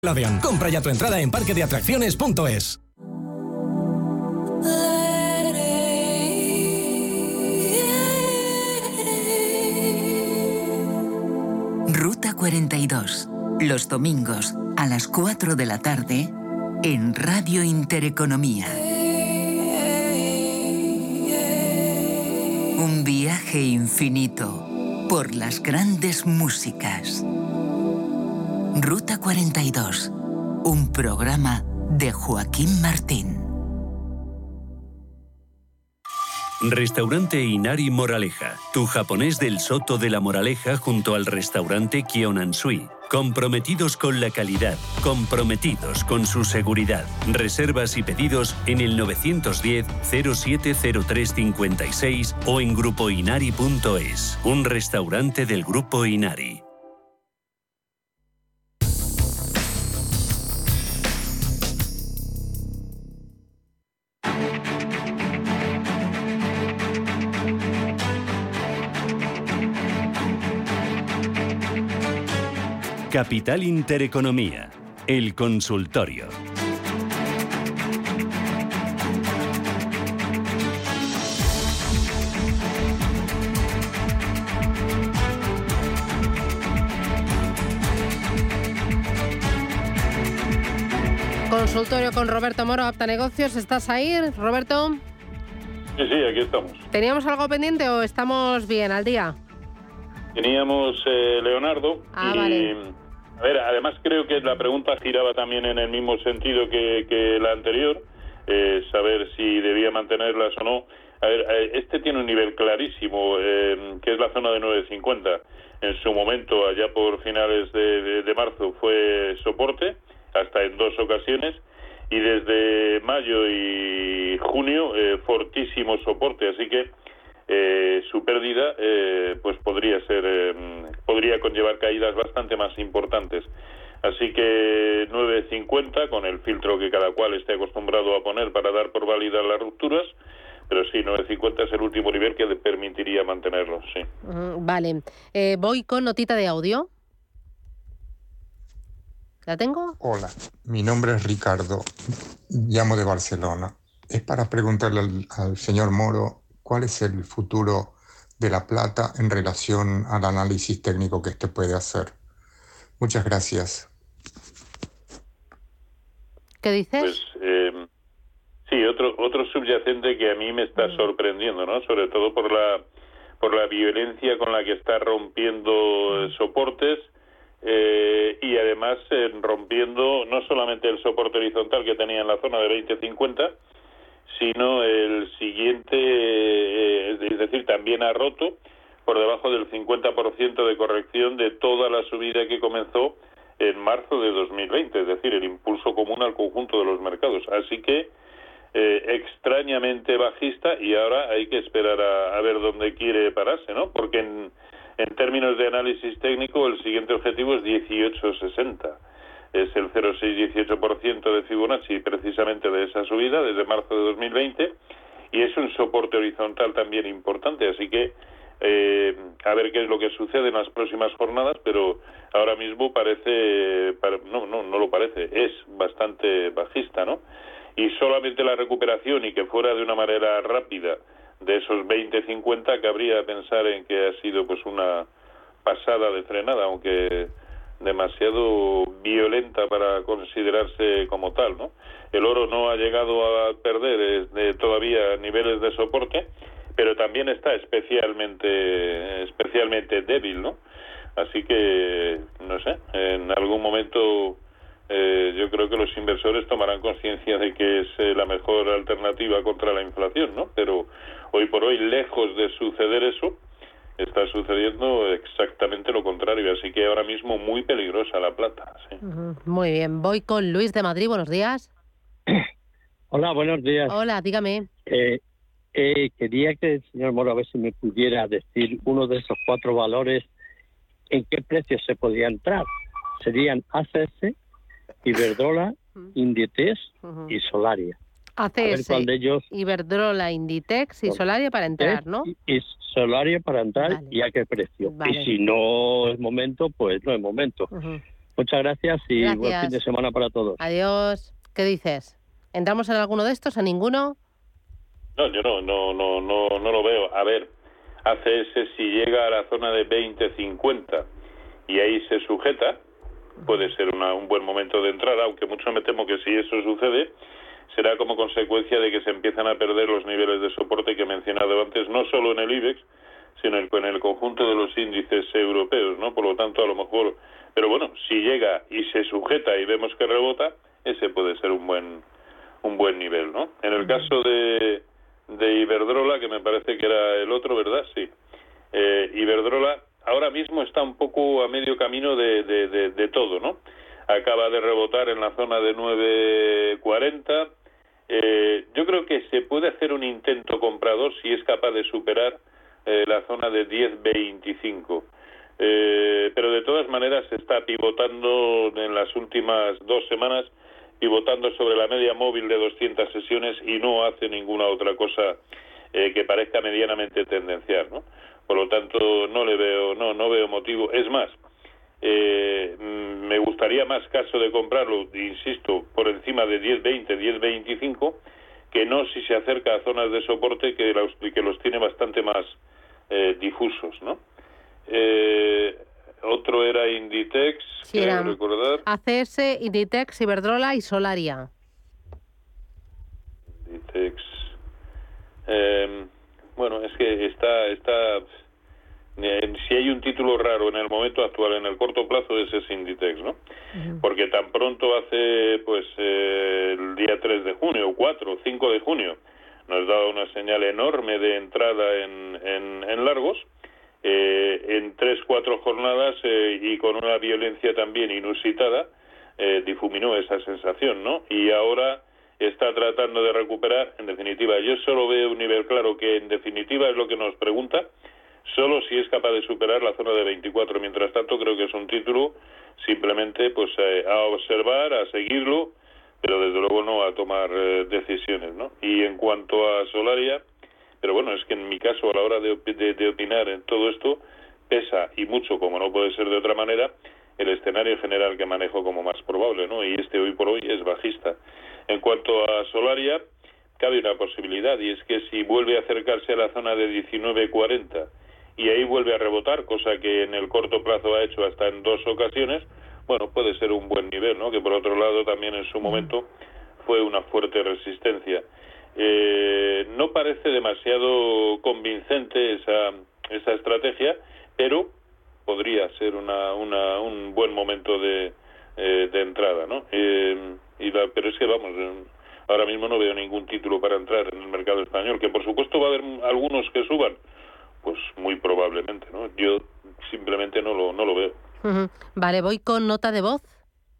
Nickelodeon. Compra ya tu entrada en parquedeatracciones.es. Ruta 42. Los domingos a las 4 de la tarde en Radio Intereconomía. Un viaje infinito por las grandes músicas. Ruta 42. Un programa de Joaquín Martín. Restaurante Inari Moraleja, tu japonés del Soto de la Moraleja junto al restaurante Kyonansui. Comprometidos con la calidad, comprometidos con su seguridad. Reservas y pedidos en el 910-070356 o en grupoinari.es. Un restaurante del Grupo Inari. Capital Intereconomía, el consultorio. Consultorio con Roberto Moro, Apta Negocios. ¿Estás ahí, Roberto? Sí, aquí estamos. ¿Teníamos algo pendiente o estamos bien al día? Teníamos Leonardo y... Vale. A ver, además creo que la pregunta giraba también en el mismo sentido que la anterior, saber si debía mantenerlas o no. A ver, este tiene un nivel clarísimo, que es la zona de 9.50. En su momento, allá por finales de marzo, fue soporte, hasta en 2 ocasiones, y desde mayo y junio, fortísimo soporte, así que su pérdida pues podría conllevar caídas bastante más importantes. Así que 9.50 con el filtro que cada cual esté acostumbrado a poner para dar por válidas las rupturas, pero sí, 9.50 es el último nivel que permitiría mantenerlo, sí. Vale. Voy con notita de audio. ¿La tengo? Hola, mi nombre es Ricardo, llamo de Barcelona. Es para preguntarle al señor Moro cuál es el futuro de la plata en relación al análisis técnico que puede hacer. Muchas gracias. ¿Qué dices? Pues sí, otro subyacente que a mí me está sorprendiendo, ¿no? Sobre todo por la violencia con la que está rompiendo soportes y además rompiendo no solamente el soporte horizontal que tenía en la zona de 20.50, sino el siguiente, es decir, también ha roto por debajo del 50% de corrección de toda la subida que comenzó en marzo de 2020, es decir, el impulso común al conjunto de los mercados. Así que extrañamente bajista, y ahora hay que esperar a ver dónde quiere pararse, ¿no? Porque en términos de análisis técnico el siguiente objetivo es 18.60. Es el 0,618% de Fibonacci precisamente de esa subida desde marzo de 2020, y es un soporte horizontal también importante, así que a ver qué es lo que sucede en las próximas jornadas, pero ahora mismo no lo parece, es bastante bajista, ¿no? Y solamente la recuperación, y que fuera de una manera rápida, de esos 20.50, cabría pensar en que ha sido pues una pasada de frenada, aunque demasiado violenta para considerarse como tal, ¿no? El oro no ha llegado a perder todavía niveles de soporte, pero también está especialmente débil, ¿no? Así que, no sé, en algún momento yo creo que los inversores tomarán conciencia de que es la mejor alternativa contra la inflación, ¿no? Pero hoy por hoy, lejos de suceder eso, está sucediendo exactamente lo contrario, así que ahora mismo muy peligrosa la plata. Sí. Muy bien, voy con Luis de Madrid, buenos días. Hola, buenos días. Hola, dígame. Quería que el señor Moro a ver si me pudiera decir uno de esos 4 valores, en qué precios se podía entrar. Serían ACS, Iberdrola, Inditex y Solaria. ACS, cuál de ellos... Iberdrola, Inditex y Solaria para entrar, ¿no? Y Solaria para entrar, vale. y a qué precio. Vale. Y si no es momento, pues no es momento. Muchas gracias y Gracias. buen fin de semana para todos. Adiós. ¿Qué dices? ¿Entramos en alguno de estos? ¿En ninguno? No, yo no lo veo. A ver, ACS si llega a la zona de 20-50 y ahí se sujeta, puede ser un buen momento de entrada, aunque mucho me temo que si eso sucede, será como consecuencia de que se empiezan a perder los niveles de soporte que he mencionado antes, no solo en el IBEX, sino en el conjunto de los índices europeos, ¿no? Por lo tanto, a lo mejor... Pero bueno, si llega y se sujeta y vemos que rebota, ese puede ser un buen nivel, ¿no? En el caso de Iberdrola, que me parece que era el otro, ¿verdad? Sí. Iberdrola ahora mismo está un poco a medio camino de todo, ¿no? Acaba de rebotar en la zona de 9.40. Yo creo que se puede hacer un intento comprador si es capaz de superar la zona de 10.25. Pero de todas maneras se está pivotando en las últimas 2 semanas, pivotando sobre la media móvil de 200 sesiones y no hace ninguna otra cosa que parezca medianamente tendencial, ¿no? Por lo tanto, no veo motivo. Es más, me gustaría más caso de comprarlo, insisto, por encima de 10.20, 10.25, que no si se acerca a zonas de soporte que los tiene bastante más difusos, ¿no? Otro era Inditex, Sí, era recordar. ACS, Inditex, Iberdrola y Solaria. Inditex. Bueno, es que está si hay un título raro en el momento actual, en el corto plazo, ese es Inditex, ¿no? Porque tan pronto hace, pues, el día 3 de junio, 4 o 5 de junio, nos daba una señal enorme de entrada en largos, en 3-4 jornadas y con una violencia también inusitada, difuminó esa sensación, ¿no? Y ahora está tratando de recuperar. En definitiva, yo solo veo un nivel claro que en definitiva es lo que nos pregunta, solo si es capaz de superar la zona de 24. Mientras tanto, creo que es un título simplemente pues a observar, a seguirlo, pero desde luego no a tomar decisiones, ¿no? Y en cuanto a Solaria, pero bueno, es que en mi caso, a la hora de opinar en todo esto, pesa y mucho, como no puede ser de otra manera, el escenario general que manejo como más probable, ¿no? Y hoy por hoy es bajista. En cuanto a Solaria, cabe una posibilidad, y es que si vuelve a acercarse a la zona de 19.40 y ahí vuelve a rebotar, cosa que en el corto plazo ha hecho hasta en 2 ocasiones, bueno, puede ser un buen nivel, ¿no? Que por otro lado también en su momento fue una fuerte resistencia. No parece demasiado convincente esa estrategia, pero podría ser un buen momento de entrada, ¿no? Pero es que vamos, ahora mismo no veo ningún título para entrar en el mercado español, que por supuesto va a haber algunos que suban, pues muy probablemente, ¿no? Yo simplemente no lo veo. Vale, voy con nota de voz.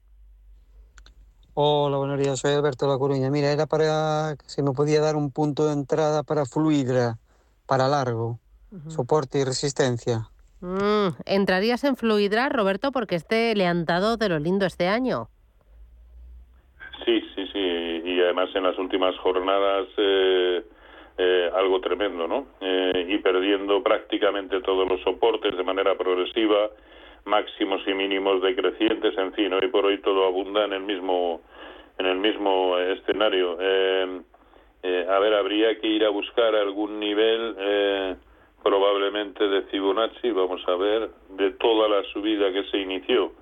Hola, buenos días, soy Alberto La Coruña. Mira, era para si me podía dar un punto de entrada para Fluidra, para largo, soporte y resistencia. ¿Entrarías en Fluidra, Roberto, porque le han dado de lo lindo este año? Sí, y además en las últimas jornadas algo tremendo, ¿no? Y perdiendo prácticamente todos los soportes de manera progresiva, máximos y mínimos decrecientes, en fin, hoy por hoy todo abunda en el mismo escenario. A ver, habría que ir a buscar algún nivel probablemente de Fibonacci, vamos a ver, de toda la subida que se inició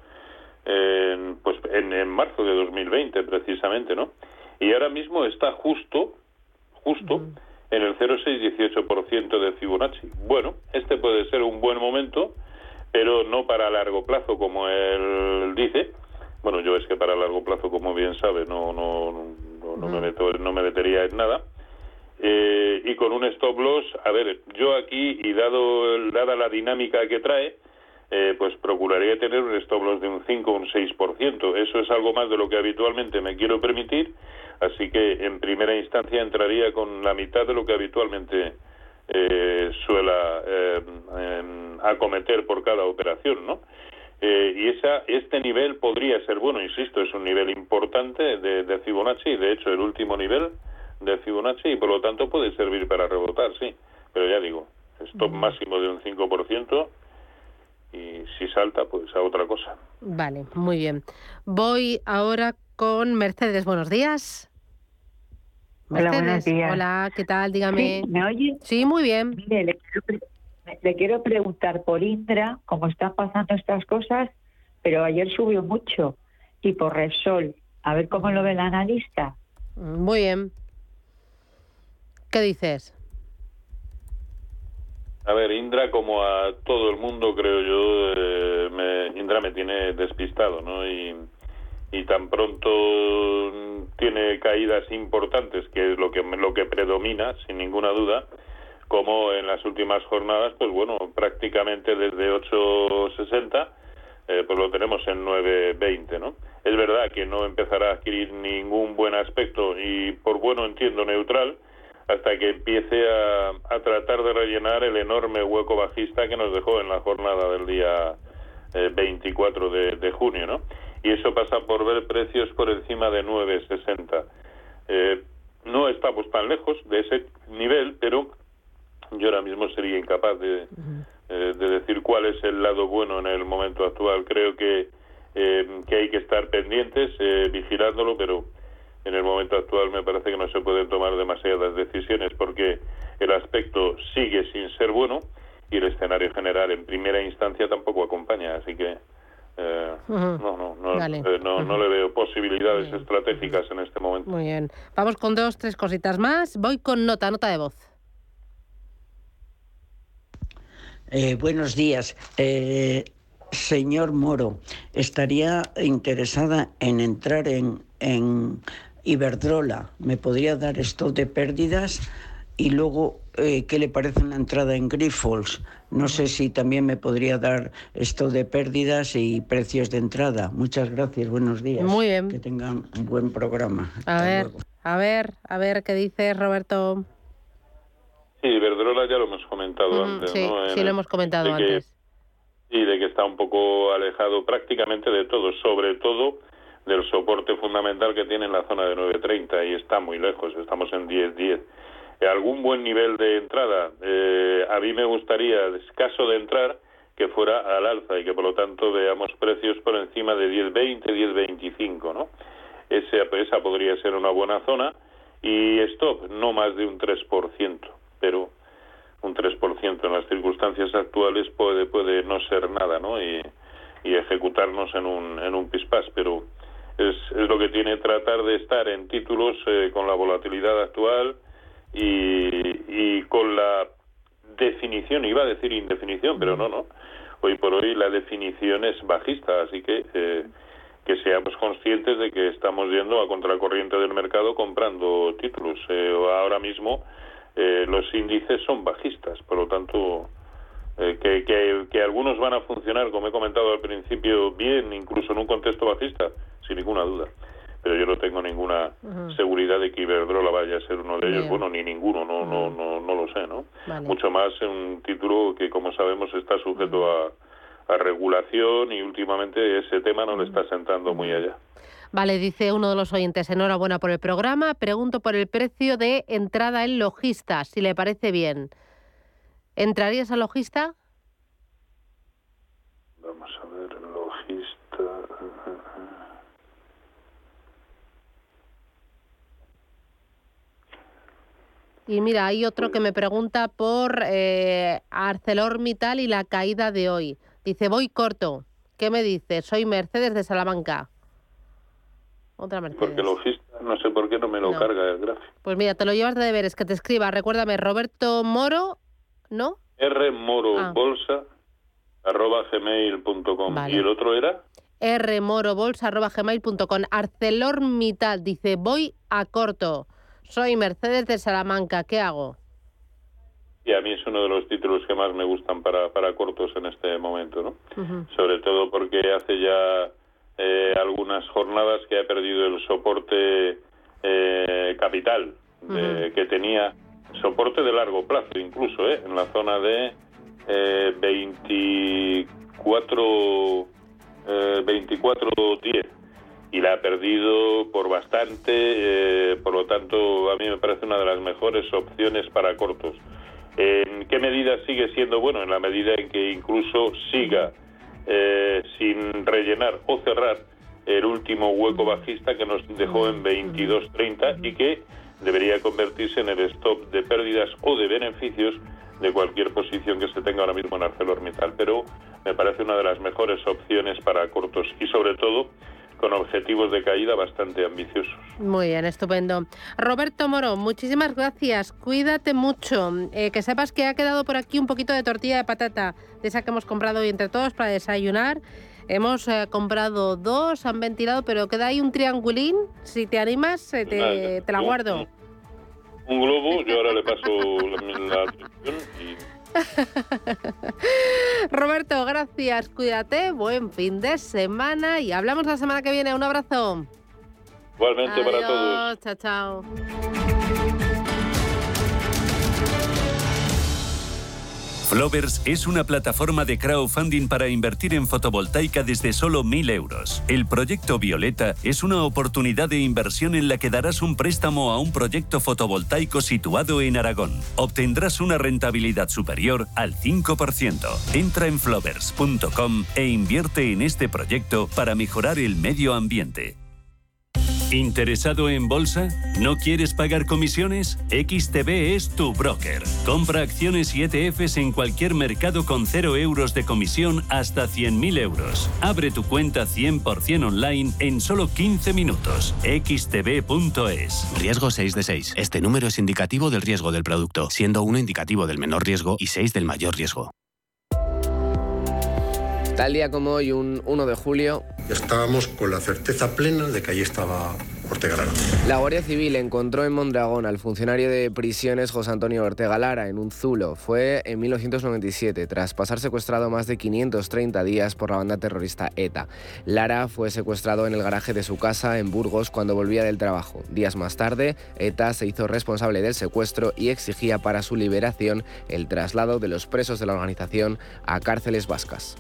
en marzo de 2020 precisamente, ¿no? Y ahora mismo está justo en el 0,618% de Fibonacci. Bueno, este puede ser un buen momento, pero no para largo plazo, como él dice. Bueno, yo es que para largo plazo, como bien sabe, no me metería en nada. Y con un stop loss, a ver, yo aquí, y dada la dinámica que trae, pues procuraría tener un stop loss de un 5 o un 6%. Eso es algo más de lo que habitualmente me quiero permitir, así que en primera instancia entraría con la mitad de lo que habitualmente suela acometer por cada operación, ¿no? Y este nivel podría ser bueno, insisto, es un nivel importante de Fibonacci, de hecho el último nivel de Fibonacci, y por lo tanto puede servir para rebotar, sí, pero ya digo, stop máximo de un 5%, y si salta, pues a otra cosa. Vale, muy bien. Voy ahora con Mercedes. Buenos días. Hola, Mercedes. buenos días. Hola, ¿qué tal? Dígame. ¿Sí? ¿Me oye? Sí, muy bien. Mire, le quiero preguntar por Indra, cómo están pasando estas cosas, pero ayer subió mucho, y por Repsol, a ver cómo lo ve el analista. Muy bien. ¿Qué dices? A ver, Indra, como a todo el mundo, creo yo, Indra me tiene despistado, ¿no? Y tan pronto tiene caídas importantes, que es lo que predomina, sin ninguna duda, como en las últimas jornadas, pues bueno, prácticamente desde 8.60, pues lo tenemos en 9.20, ¿no? Es verdad que no empezará a adquirir ningún buen aspecto, y por bueno entiendo neutral, hasta que empiece a tratar de rellenar el enorme hueco bajista que nos dejó en la jornada del día 24 de junio, ¿no? Y eso pasa por ver precios por encima de 9.60. No estamos tan lejos de ese nivel, pero yo ahora mismo sería incapaz de decir cuál es el lado bueno en el momento actual. Creo que hay que estar pendientes, vigilándolo, pero en el momento actual me parece que no se pueden tomar demasiadas decisiones, porque el aspecto sigue sin ser bueno y el escenario general en primera instancia tampoco acompaña, así que no le veo posibilidades estratégicas en este momento. Muy bien. Vamos con 2-3 cositas más. Voy con nota de voz. Buenos días. Señor Moro, estaría interesada en entrar en Iberdrola. ¿Me podría dar stop de pérdidas? Y luego, ¿qué le parece una entrada en Grifols? No sé si también me podría dar stop de pérdidas y precios de entrada. Muchas gracias, buenos días. Muy bien. Que tengan un buen programa. A ver, ¿qué dices, Roberto? Sí, Iberdrola ya lo hemos comentado antes, sí, ¿no? Sí, lo hemos comentado antes. Y de que está un poco alejado prácticamente de todo, sobre todo del soporte fundamental que tiene en la zona de 9.30, y está muy lejos, estamos en 10.10. Algún buen nivel de entrada, a mí me gustaría, caso de entrar, que fuera al alza y que por lo tanto veamos precios por encima de 10.20, 10.25, ¿no? Esa podría ser una buena zona, y stop, no más de un 3%, pero un 3% en las circunstancias actuales puede no ser nada, ¿no? Y ejecutarnos en un pispás, pero es lo que tiene tratar de estar en títulos con la volatilidad actual y con la definición, iba a decir indefinición, pero no. Hoy por hoy la definición es bajista, así que seamos conscientes de que estamos yendo a contracorriente del mercado comprando títulos. Ahora mismo los índices son bajistas, por lo tanto que algunos van a funcionar, como he comentado al principio, bien, incluso en un contexto bajista, sin ninguna duda, pero yo no tengo ninguna seguridad de que Iberdrola vaya a ser uno de ellos. Bueno, ni ninguno, no lo sé, ¿no? Vale. Mucho más en un título que, como sabemos, está sujeto a regulación, y últimamente ese tema no le está sentando muy allá. Vale, dice uno de los oyentes, enhorabuena por el programa, pregunto por el precio de entrada en Logista, si le parece bien. ¿Entrarías a Logista? Vamos a ver, Logista. Y mira, hay otro que me pregunta por ArcelorMittal y la caída de hoy. Dice, voy corto. ¿Qué me dices? Soy Mercedes de Salamanca. Otra Mercedes. Porque Logista, no sé por qué no me lo carga el gráfico. Pues mira, te lo llevas de deberes, que te escriba. Recuérdame, Roberto Moro, ¿no? rmorobolsa@gmail.com. Vale. ¿Y el otro era? rmorobolsa@gmail.com. ArcelorMittal dice, voy a corto. Soy Mercedes de Salamanca, ¿qué hago? Y a mí es uno de los títulos que más me gustan para cortos en este momento, ¿no? Sobre todo porque hace ya algunas jornadas que ha perdido el soporte capital que tenía, soporte de largo plazo incluso, en la zona de 24.10, y la ha perdido por bastante, por lo tanto a mí me parece una de las mejores opciones para cortos. ¿En qué medida sigue siendo bueno? En la medida en que incluso siga sin rellenar o cerrar el último hueco bajista que nos dejó en 22.30 y que debería convertirse en el stop de pérdidas o de beneficios de cualquier posición que se tenga ahora mismo en ArcelorMittal. Pero me parece una de las mejores opciones para cortos y sobre todo con objetivos de caída bastante ambiciosos. Muy bien, estupendo. Roberto Moro, muchísimas gracias. Cuídate mucho. Que sepas que ha quedado por aquí un poquito de tortilla de patata, de esa que hemos comprado hoy entre todos para desayunar. Hemos comprado 2, han ventilado, pero queda ahí un triangulín. Si te animas, te la guardo. Un globo, yo ahora le paso la dirección y... Roberto, gracias, cuídate, buen fin de semana y hablamos la semana que viene. Un abrazo. Igualmente. Adiós, para todos. Chao, chao. Flovers es una plataforma de crowdfunding para invertir en fotovoltaica desde solo 1.000 euros. El proyecto Violeta es una oportunidad de inversión en la que darás un préstamo a un proyecto fotovoltaico situado en Aragón. Obtendrás una rentabilidad superior al 5%. Entra en flovers.com e invierte en este proyecto para mejorar el medio ambiente. ¿Interesado en bolsa? ¿No quieres pagar comisiones? XTB es tu broker. Compra acciones y ETFs en cualquier mercado con 0 euros de comisión hasta 100.000 euros. Abre tu cuenta 100% online en solo 15 minutos. XTB.es. Riesgo 6 de 6. Este número es indicativo del riesgo del producto, siendo 1 indicativo del menor riesgo y 6 del mayor riesgo. Tal día como hoy, un 1 de julio... Estábamos con la certeza plena de que allí estaba Ortega Lara. La Guardia Civil encontró en Mondragón al funcionario de prisiones José Antonio Ortega Lara en un zulo. Fue en 1997, tras pasar secuestrado más de 530 días por la banda terrorista ETA. Lara fue secuestrado en el garaje de su casa en Burgos cuando volvía del trabajo. Días más tarde, ETA se hizo responsable del secuestro y exigía para su liberación el traslado de los presos de la organización a cárceles vascas.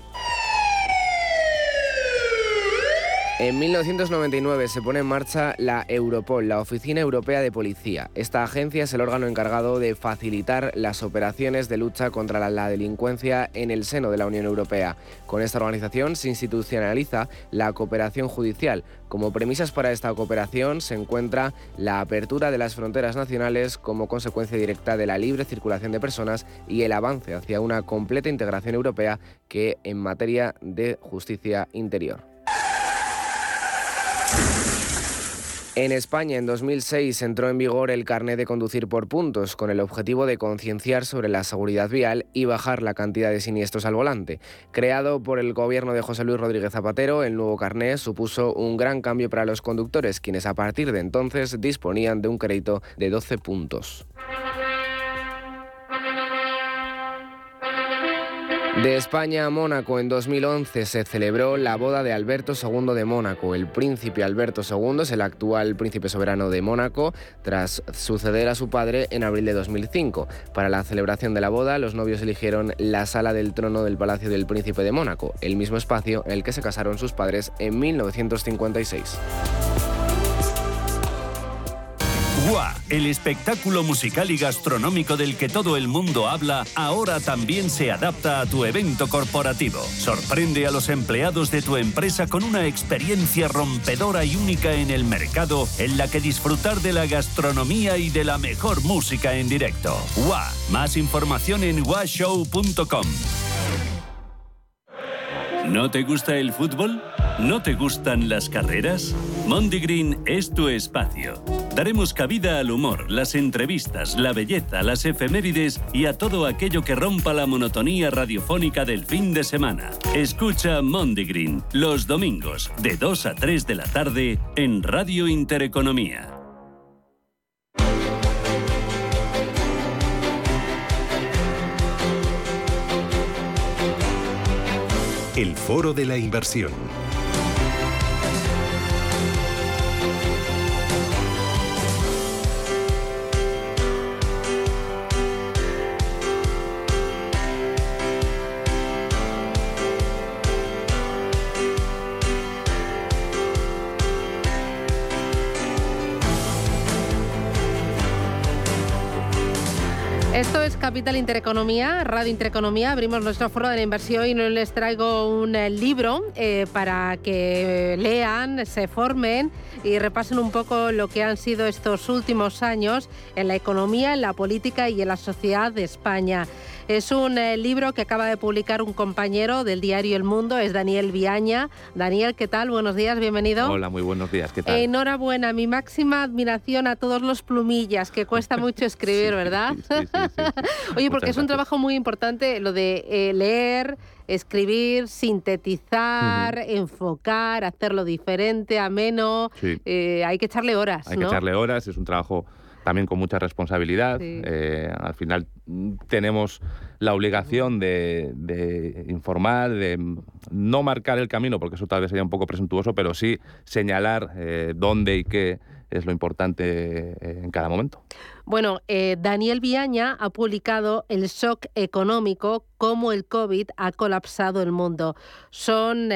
En 1999 se pone en marcha la Europol, la Oficina Europea de Policía. Esta agencia es el órgano encargado de facilitar las operaciones de lucha contra la delincuencia en el seno de la Unión Europea. Con esta organización se institucionaliza la cooperación judicial. Como premisas para esta cooperación se encuentra la apertura de las fronteras nacionales como consecuencia directa de la libre circulación de personas y el avance hacia una completa integración europea que en materia de justicia interior. En España, en 2006, entró en vigor el carné de conducir por puntos, con el objetivo de concienciar sobre la seguridad vial y bajar la cantidad de siniestros al volante. Creado por el gobierno de José Luis Rodríguez Zapatero, el nuevo carné supuso un gran cambio para los conductores, quienes a partir de entonces disponían de un crédito de 12 puntos. De España a Mónaco, en 2011 se celebró la boda de Alberto II de Mónaco. El príncipe Alberto II es el actual príncipe soberano de Mónaco, tras suceder a su padre en abril de 2005. Para la celebración de la boda, los novios eligieron la sala del trono del Palacio del Príncipe de Mónaco, el mismo espacio en el que se casaron sus padres en 1956. ¡Guau! El espectáculo musical y gastronómico del que todo el mundo habla ahora también se adapta a tu evento corporativo. Sorprende a los empleados de tu empresa con una experiencia rompedora y única en el mercado en la que disfrutar de la gastronomía y de la mejor música en directo. ¡Guau! Más información en guashow.com. ¿No te gusta el fútbol? ¿No te gustan las carreras? Mondigreen es tu espacio. Daremos cabida al humor, las entrevistas, la belleza, las efemérides y a todo aquello que rompa la monotonía radiofónica del fin de semana. Escucha Mondigreen los domingos de 2 a 3 de la tarde en Radio Intereconomía. El Foro de la Inversión. Esto es Capital Intereconomía, Radio Intereconomía. Abrimos nuestro foro de la inversión y hoy les traigo un libro para que lean, se formen y repasen un poco lo que han sido estos últimos años en la economía, en la política y en la sociedad de España. Es un libro que acaba de publicar un compañero del diario El Mundo, es Daniel Viaña. Daniel, ¿qué tal? Buenos días, bienvenido. Hola, muy buenos días, ¿qué tal? Enhorabuena, mi máxima admiración a todos los plumillas, que cuesta mucho escribir, ¿verdad? Sí. Oye, porque es un trabajo muy importante lo de leer, escribir, sintetizar, enfocar, hacerlo diferente, ameno. Sí. Hay que echarle horas, Hay que echarle horas, es un trabajo también con mucha responsabilidad. Sí. Al final tenemos la obligación de informar, de no marcar el camino, porque eso tal vez sería un poco presuntuoso, pero sí señalar dónde y qué es lo importante en cada momento. Bueno, Daniel Viaña ha publicado El shock económico, cómo el COVID ha colapsado el mundo. Son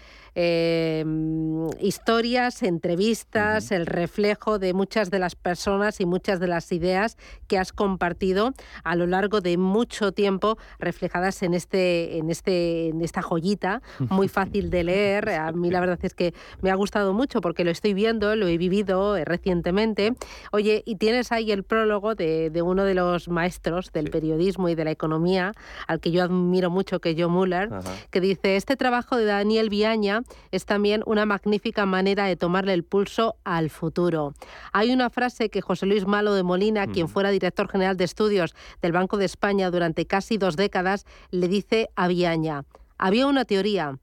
historias, entrevistas, el reflejo de muchas de las personas y muchas de las ideas que has compartido a lo largo de mucho tiempo, reflejadas en esta joyita, muy fácil de leer. A mí la verdad es que me ha gustado mucho porque lo estoy viendo, lo he vivido recientemente. Oye, y tienes ahí el prólogo de uno de los maestros del periodismo y de la economía, al que yo admiro mucho, que es Joe Muller, que dice: este trabajo de Daniel Viaña es también una magnífica manera de tomarle el pulso al futuro. Hay una frase que José Luis Malo de Molina, quien fuera director general de estudios del Banco de España durante casi 2 décadas, le dice a Viaña: había una teoría,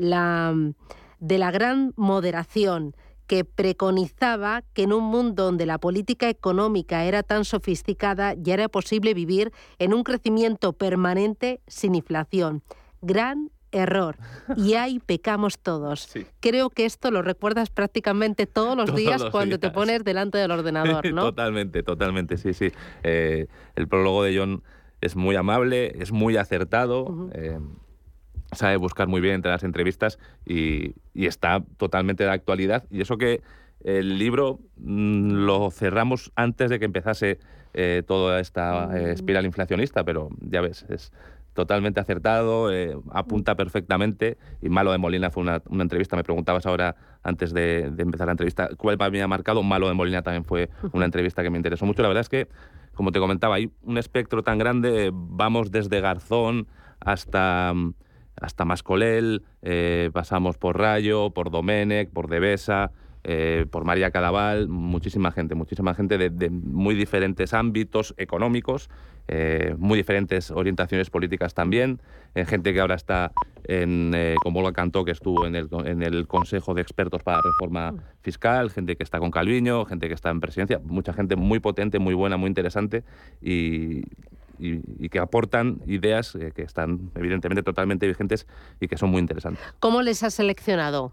de la gran moderación, que preconizaba que en un mundo donde la política económica era tan sofisticada ya era posible vivir en un crecimiento permanente sin inflación. Gran error. Y ahí pecamos todos. Sí. Creo que esto lo recuerdas prácticamente todos los días cuando te pones delante del ordenador, ¿no? Totalmente, sí. El prólogo de John es muy amable, es muy acertado, sabe buscar muy bien entre las entrevistas y está totalmente de actualidad. Y eso que el libro lo cerramos antes de que empezase toda esta espiral inflacionista, pero ya ves, es totalmente acertado, apunta perfectamente. Y Malo de Molina fue una entrevista, me preguntabas ahora antes de empezar la entrevista cuál me había marcado. Malo de Molina también fue una entrevista que me interesó mucho. La verdad es que, como te comentaba, hay un espectro tan grande, vamos desde Garzón hasta Mascolel, pasamos por Rayo, por Domènech, por Devesa, por María Cadaval, muchísima gente de muy diferentes ámbitos económicos, muy diferentes orientaciones políticas también, gente que ahora está como Olga Cantó, que estuvo en el Consejo de Expertos para la Reforma Fiscal, gente que está con Calviño, gente que está en presidencia, mucha gente muy potente, muy buena, muy interesante y que aportan ideas que están evidentemente totalmente vigentes y que son muy interesantes. ¿Cómo les has seleccionado?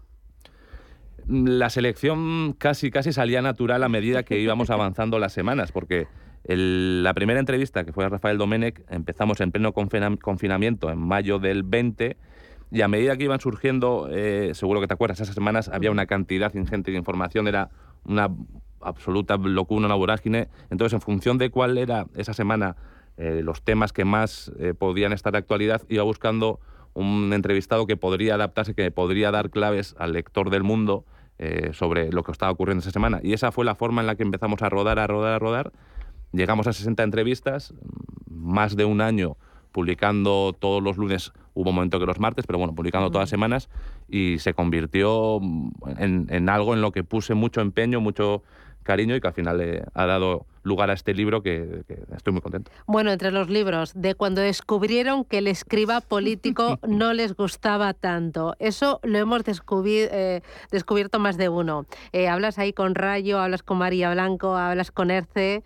La selección casi salía natural a medida que íbamos avanzando las semanas, porque la primera entrevista, que fue a Rafael Domènech, empezamos en pleno confinamiento en mayo del 20, y a medida que iban surgiendo, seguro que te acuerdas, esas semanas había una cantidad ingente de información, era una absoluta locura, una vorágine. Entonces, en función de cuál era esa semana los temas que más podían estar de actualidad, iba buscando un entrevistado que podría adaptarse, que podría dar claves al lector del Mundo sobre lo que estaba ocurriendo esa semana. Y esa fue la forma en la que empezamos a rodar. Llegamos a 60 entrevistas, más de un año publicando todos los lunes, hubo un momento que los martes, pero bueno, publicando todas las semanas, y se convirtió en algo en lo que puse mucho empeño, mucho cariño, y que al final ha dado lugar a este libro que estoy muy contento. Bueno, entre los libros, de cuando descubrieron que el escriba político no les gustaba tanto. Eso lo hemos descubierto más de uno. Hablas ahí con Rayo, hablas con María Blanco, hablas con Erce.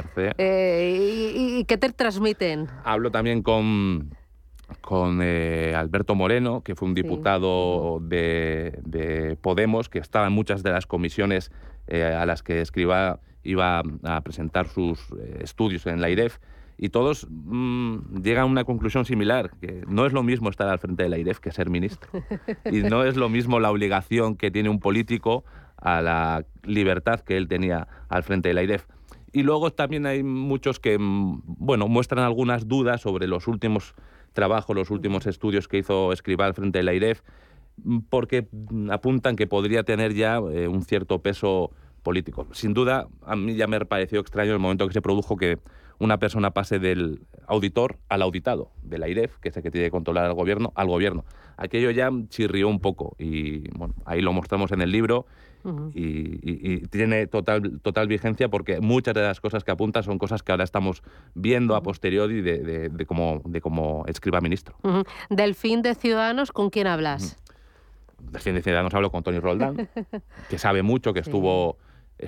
¿Y qué te transmiten? Hablo también con Alberto Moreno, que fue un diputado de Podemos, que estaba en muchas de las comisiones a las que Escrivá iba a presentar sus estudios en la IREF, y todos llegan a una conclusión similar, que no es lo mismo estar al frente de la IREF que ser ministro. Y no es lo mismo la obligación que tiene un político a la libertad que él tenía al frente de la IREF. Y luego también hay muchos que, bueno, muestran algunas dudas sobre los últimos trabajos, los últimos estudios que hizo Escrivá frente al AIREF, porque apuntan que podría tener ya un cierto peso político. Sin duda, a mí ya me pareció extraño el momento que se produjo que una persona pase del auditor al auditado, del AIREF, que es el que tiene que controlar al gobierno. Aquello ya chirrió un poco y bueno, ahí lo mostramos en el libro. Y tiene total vigencia porque muchas de las cosas que apunta son cosas que ahora estamos viendo a posteriori de cómo Escrivá ministro. Delfín de Ciudadanos, ¿con quién hablas? Delfín de Ciudadanos hablo con Toni Roldán, que sabe mucho, que estuvo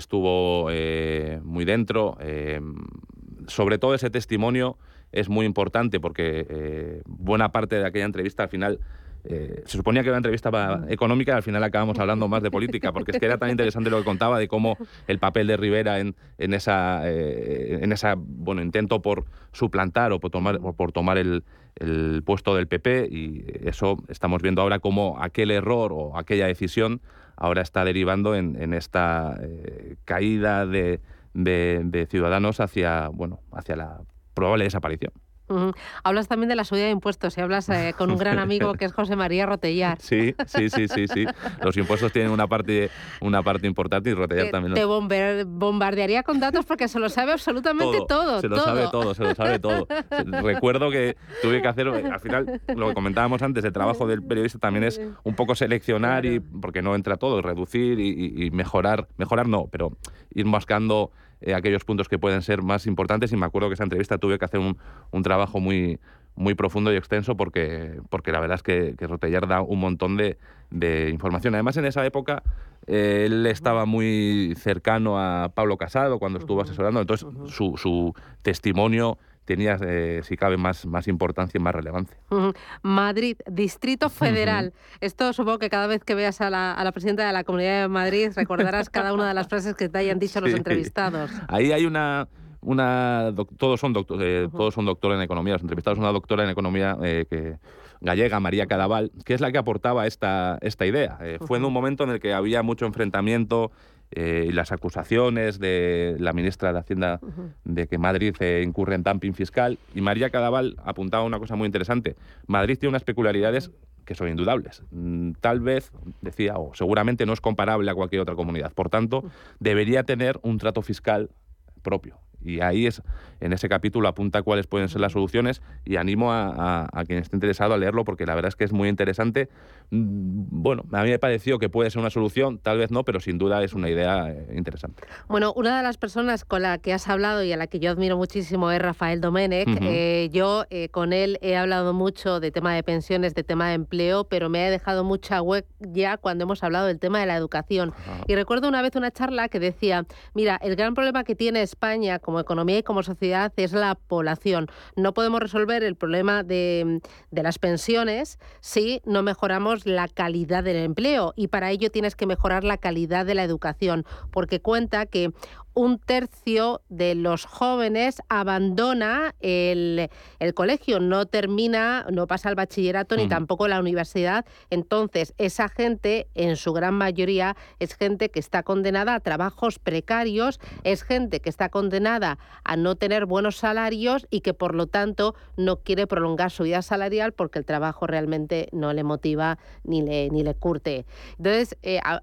muy dentro. Sobre todo ese testimonio es muy importante porque buena parte de aquella entrevista al final se suponía que era una entrevista económica y al final acabamos hablando más de política, porque es que era tan interesante lo que contaba de cómo el papel de Rivera en esa intento por suplantar o por tomar el puesto del PP, y eso estamos viendo ahora cómo aquel error o aquella decisión ahora está derivando en esta caída de Ciudadanos hacia la probable desaparición. Hablas también de la subida de impuestos y hablas con un gran amigo que es José María Rotellar. Sí. Los impuestos tienen una parte importante y Rotellar también. Te bombardearía con datos porque se lo sabe absolutamente todo. Se lo sabe todo. Recuerdo que tuve que hacer, al final, lo que comentábamos antes, el trabajo del periodista también es un poco seleccionar, y porque no entra todo, reducir y mejorar no, pero ir mascando aquellos puntos que pueden ser más importantes, y me acuerdo que esa entrevista tuve que hacer un trabajo muy profundo y extenso porque la verdad es que Rotellar da un montón de información. Además, en esa época él estaba muy cercano a Pablo Casado cuando estuvo asesorando, entonces su testimonio tenía, si cabe, más importancia y más relevancia. Madrid, Distrito Federal. Esto supongo que cada vez que veas a la presidenta de la Comunidad de Madrid recordarás cada una de las frases que te hayan dicho los entrevistados. Ahí hay todos son doctores en economía. Los entrevistados, una doctora en economía gallega, María Cadaval, que es la que aportaba esta idea. Fue en un momento en el que había mucho enfrentamiento y las acusaciones de la ministra de Hacienda de que Madrid incurre en dumping fiscal, y María Cadaval apuntaba una cosa muy interesante. Madrid tiene unas peculiaridades que son indudables. Tal vez, decía, o seguramente no es comparable a cualquier otra comunidad. Por tanto, debería tener un trato fiscal propio. Y ahí en ese capítulo apunta cuáles pueden ser las soluciones, y animo a quien esté interesado a leerlo porque la verdad es que es muy interesante. Bueno, a mí me pareció que puede ser una solución, tal vez no, pero sin duda es una idea interesante. Bueno, una de las personas con la que has hablado y a la que yo admiro muchísimo es Rafael Domènech. Yo con él he hablado mucho de tema de pensiones, de tema de empleo, pero me ha dejado mucha huella cuando hemos hablado del tema de la educación. Y recuerdo una vez una charla que decía, mira, el gran problema que tiene España como economía y como sociedad es la población. No podemos resolver el problema de las pensiones si no mejoramos la calidad del empleo, y para ello tienes que mejorar la calidad de la educación, porque cuenta que 1/3 de los jóvenes abandona el colegio, no pasa al bachillerato ni tampoco la universidad. Entonces, esa gente, en su gran mayoría, es gente que está condenada a trabajos precarios, es gente que está condenada a no tener buenos salarios y que, por lo tanto, no quiere prolongar su vida salarial porque el trabajo realmente no le motiva ni le curte. Entonces,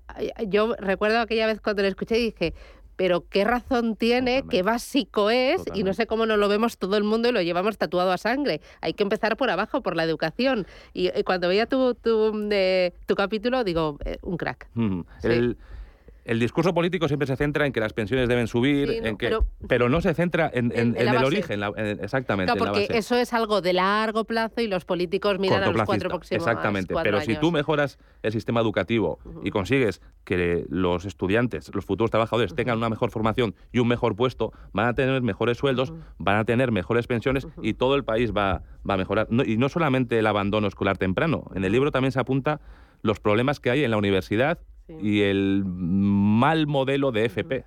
yo recuerdo aquella vez cuando le escuché y dije, pero qué razón tiene, qué básico es. Totalmente. Y no sé cómo no lo vemos todo el mundo y lo llevamos tatuado a sangre. Hay que empezar por abajo, por la educación. Y cuando veía tu capítulo, digo, un crack. Sí. El discurso político siempre se centra en que las pensiones deben subir, pero no se centra en el origen, exactamente. Claro, porque en la base. Eso es algo de largo plazo y los políticos miran a los 4 próximos años. Exactamente, pero si tú mejoras el sistema educativo y consigues que los estudiantes, los futuros trabajadores, tengan una mejor formación y un mejor puesto, van a tener mejores sueldos, van a tener mejores pensiones y todo el país va a mejorar. Y no solamente el abandono escolar temprano. En el libro también se apunta los problemas que hay en la universidad y el mal modelo de FP,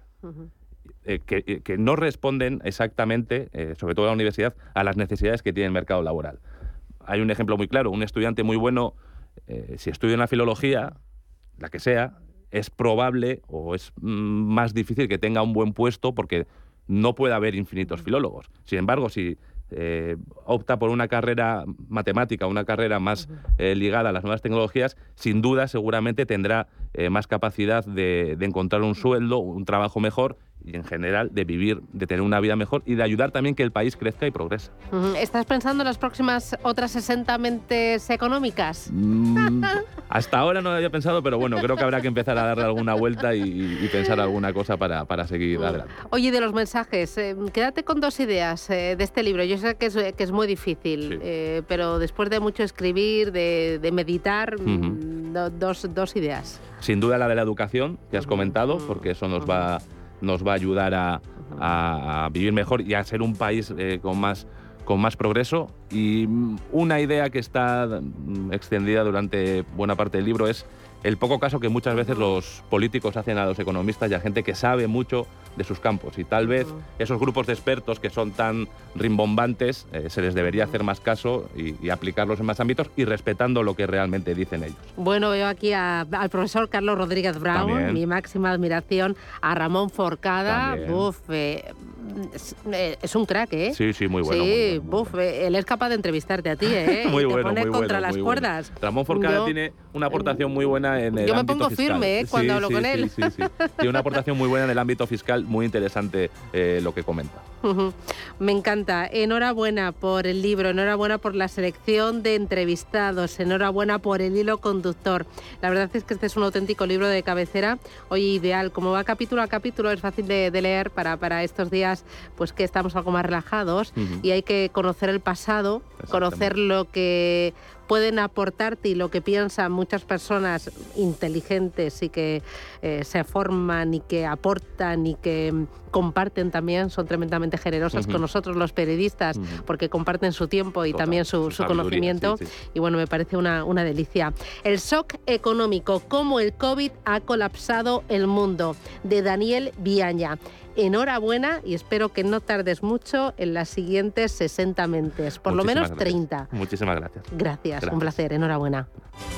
que no responden exactamente, sobre todo en la universidad, a las necesidades que tiene el mercado laboral. Hay un ejemplo muy claro, un estudiante muy bueno, si estudia una filología, la que sea, es probable o es más difícil que tenga un buen puesto porque no puede haber infinitos filólogos. Sin embargo, si opta por una carrera matemática, una carrera más ligada a las nuevas tecnologías, sin duda seguramente tendrá más capacidad de encontrar un sueldo, un trabajo mejor y en general de vivir, de tener una vida mejor y de ayudar también que el país crezca y progrese. ¿Estás pensando en las próximas otras 60 mentes económicas? Hasta ahora no lo había pensado, pero bueno, creo que habrá que empezar a darle alguna vuelta y pensar alguna cosa para seguir adelante. Oye, de los mensajes, quédate con 2 ideas de este libro. Yo sé que es muy difícil, sí. Pero después de mucho escribir, de meditar, dos ideas. Sin duda la de la educación, que has comentado, porque eso nos va a ayudar a vivir mejor y a ser un país con más progreso. Y una idea que está extendida durante buena parte del libro es el poco caso que muchas veces los políticos hacen a los economistas y a gente que sabe mucho de sus campos. Y tal vez esos grupos de expertos que son tan rimbombantes se les debería hacer más caso y aplicarlos en más ámbitos y respetando lo que realmente dicen ellos. Bueno, veo aquí al profesor Carlos Rodríguez Brown, también. Mi máxima admiración, a Ramón Forcada. Es un crack, ¿eh? Sí, muy bueno. Sí, muy bueno. Él es capaz de entrevistarte a ti, ¿eh? Muy y te bueno, pone muy contra bueno, las cuerdas. Ramón Forcada tiene una aportación muy buena en el ámbito fiscal. Yo me pongo firme, cuando hablo con él. Sí. Tiene una aportación muy buena en el ámbito fiscal, muy interesante lo que comenta. Me encanta. Enhorabuena por el libro, enhorabuena por la selección de entrevistados, enhorabuena por el hilo conductor. La verdad es que este es un auténtico libro de cabecera. Hoy ideal, como va capítulo a capítulo, es fácil de leer para estos días pues que estamos algo más relajados y hay que conocer el pasado, conocer lo que pueden aportarte y lo que piensan muchas personas inteligentes y que se forman y que aportan y que comparten también, son tremendamente generosas con nosotros los periodistas porque comparten su tiempo y también su conocimiento y bueno, me parece una delicia. El shock económico, cómo el COVID ha colapsado el mundo, de Daniel Viaña. Enhorabuena y espero que no tardes mucho en las siguientes 60 mentes, por lo menos 30. Muchísimas gracias. Gracias, un placer, enhorabuena.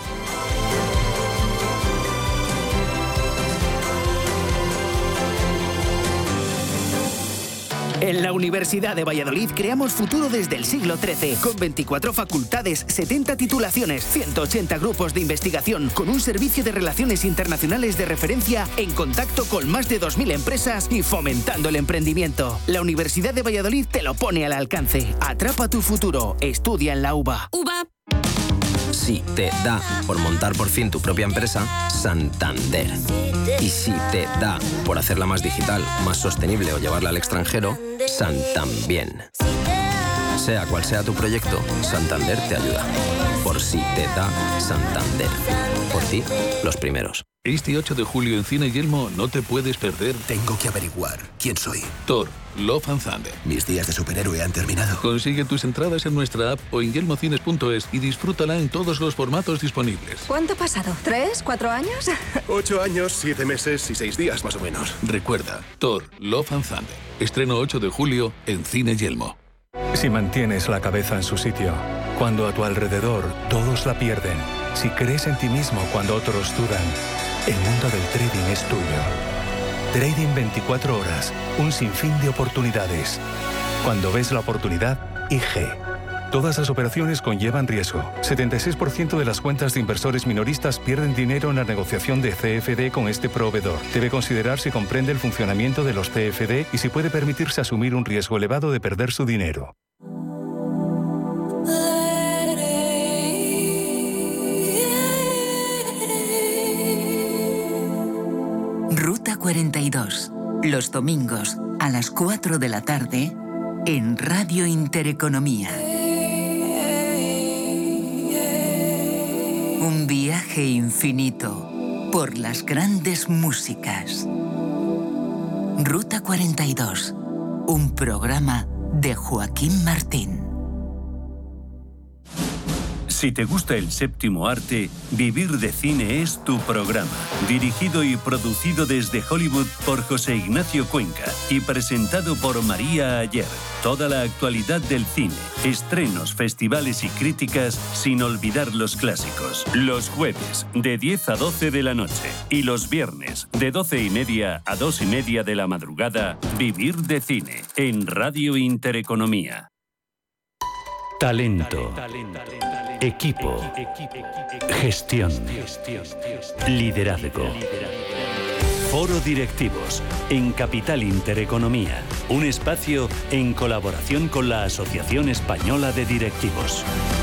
En la Universidad de Valladolid creamos futuro desde el siglo XIII, con 24 facultades, 70 titulaciones, 180 grupos de investigación, con un servicio de relaciones internacionales de referencia en contacto con más de 2.000 empresas y fomentando el emprendimiento. La Universidad de Valladolid te lo pone al alcance. Atrapa tu futuro. Estudia en la UVA. Si te da por montar por fin tu propia empresa, Santander. Y si te da por hacerla más digital, más sostenible o llevarla al extranjero, Santambién. Sea cual sea tu proyecto, Santander te ayuda. Por si te da Santander. Por ti, los primeros. Este 8 de julio en Cine Yelmo no te puedes perder. Tengo que averiguar quién soy. Thor, Love and Thunder. Mis días de superhéroe han terminado. Consigue tus entradas en nuestra app o en yelmocines.es y disfrútala en todos los formatos disponibles. ¿Cuánto ha pasado? ¿3, 4 años? 8 años, 7 meses y 6 días más o menos. Recuerda, Thor, Love and Thunder. Estreno 8 de julio en Cine Yelmo. Si mantienes la cabeza en su sitio, cuando a tu alrededor todos la pierden, si crees en ti mismo cuando otros dudan, el mundo del trading es tuyo. Trading 24 horas, un sinfín de oportunidades. Cuando ves la oportunidad, IG. Todas las operaciones conllevan riesgo. 76% de las cuentas de inversores minoristas pierden dinero en la negociación de CFD con este proveedor. Debe considerar si comprende el funcionamiento de los CFD y si puede permitirse asumir un riesgo elevado de perder su dinero. Ruta 42. Los domingos a las 4 de la tarde en Radio Intereconomía. Un viaje infinito por las grandes músicas. Ruta 42. Un programa de Joaquín Martín. Si te gusta el séptimo arte, Vivir de Cine es tu programa. Dirigido y producido desde Hollywood por José Ignacio Cuenca y presentado por María Ayer. Toda la actualidad del cine, estrenos, festivales y críticas, sin olvidar los clásicos. Los jueves, de 10 a 12 de la noche. Y los viernes, de 12:30 a 2:30 de la madrugada, Vivir de Cine, en Radio Intereconomía. Talento. Equipo. Gestión. Liderazgo. Foro Directivos, en Capital Intereconomía. Un espacio en colaboración con la Asociación Española de Directivos.